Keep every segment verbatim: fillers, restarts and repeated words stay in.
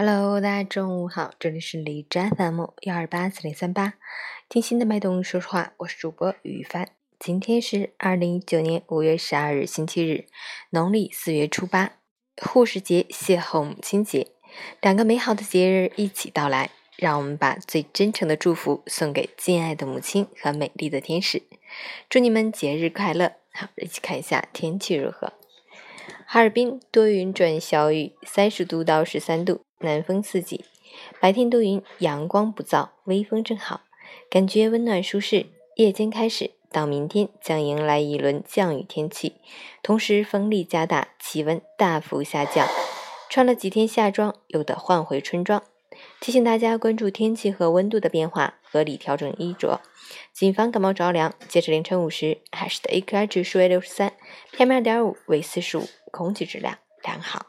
Hello，大家中午好，这里是荔枝 F M 幺二八四零三八，听心的脉动说说话，我是主播于帆。今天是二零一九年五月十二日星期日，农历四月初八，护士节邂逅母亲节，两个美好的节日一起到来，让我们把最真诚的祝福送给敬爱的母亲和美丽的天使，祝你们节日快乐。好，一起看一下天气如何。哈尔滨多云转小雨，三十度到十三度，南风四级，白天多云，阳光不燥，微风正好，感觉温暖舒适。夜间开始到明天将迎来一轮降雨天气，同时风力加大，气温大幅下降。穿了几天夏装，又得换回春装。提醒大家关注天气和温度的变化，合理调整衣着，谨防感冒着凉。截至凌晨五时，海市的 A Q I 指数为六十三 ，P M 二点五 为四十五，空气质量良好。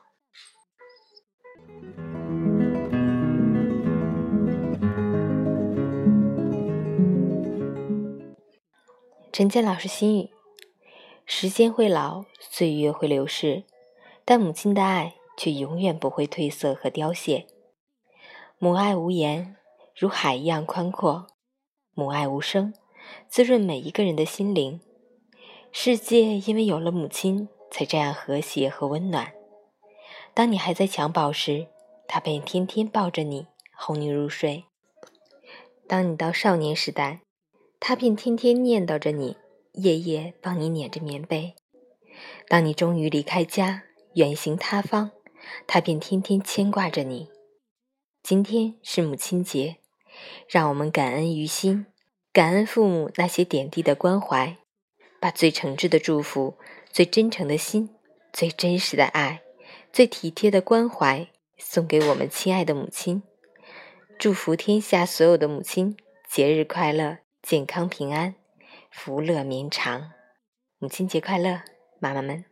陈建老师心语：时间会老，岁月会流逝，但母亲的爱却永远不会褪色和凋谢。母爱无言，如海一样宽阔；母爱无声，滋润每一个人的心灵。世界因为有了母亲，才这样和谐和温暖。当你还在襁褓时，她便天天抱着你，哄你入睡；当你到少年时代，她便天天念叨着你，夜夜帮你捻着棉被；当你终于离开家，远行他方，她便天天牵挂着你。今天是母亲节，让我们感恩于心，感恩父母那些点滴的关怀，把最诚挚的祝福、最真诚的心、最真实的爱、最体贴的关怀送给我们亲爱的母亲。祝福天下所有的母亲节日快乐，健康平安，福乐绵长。母亲节快乐，妈妈们。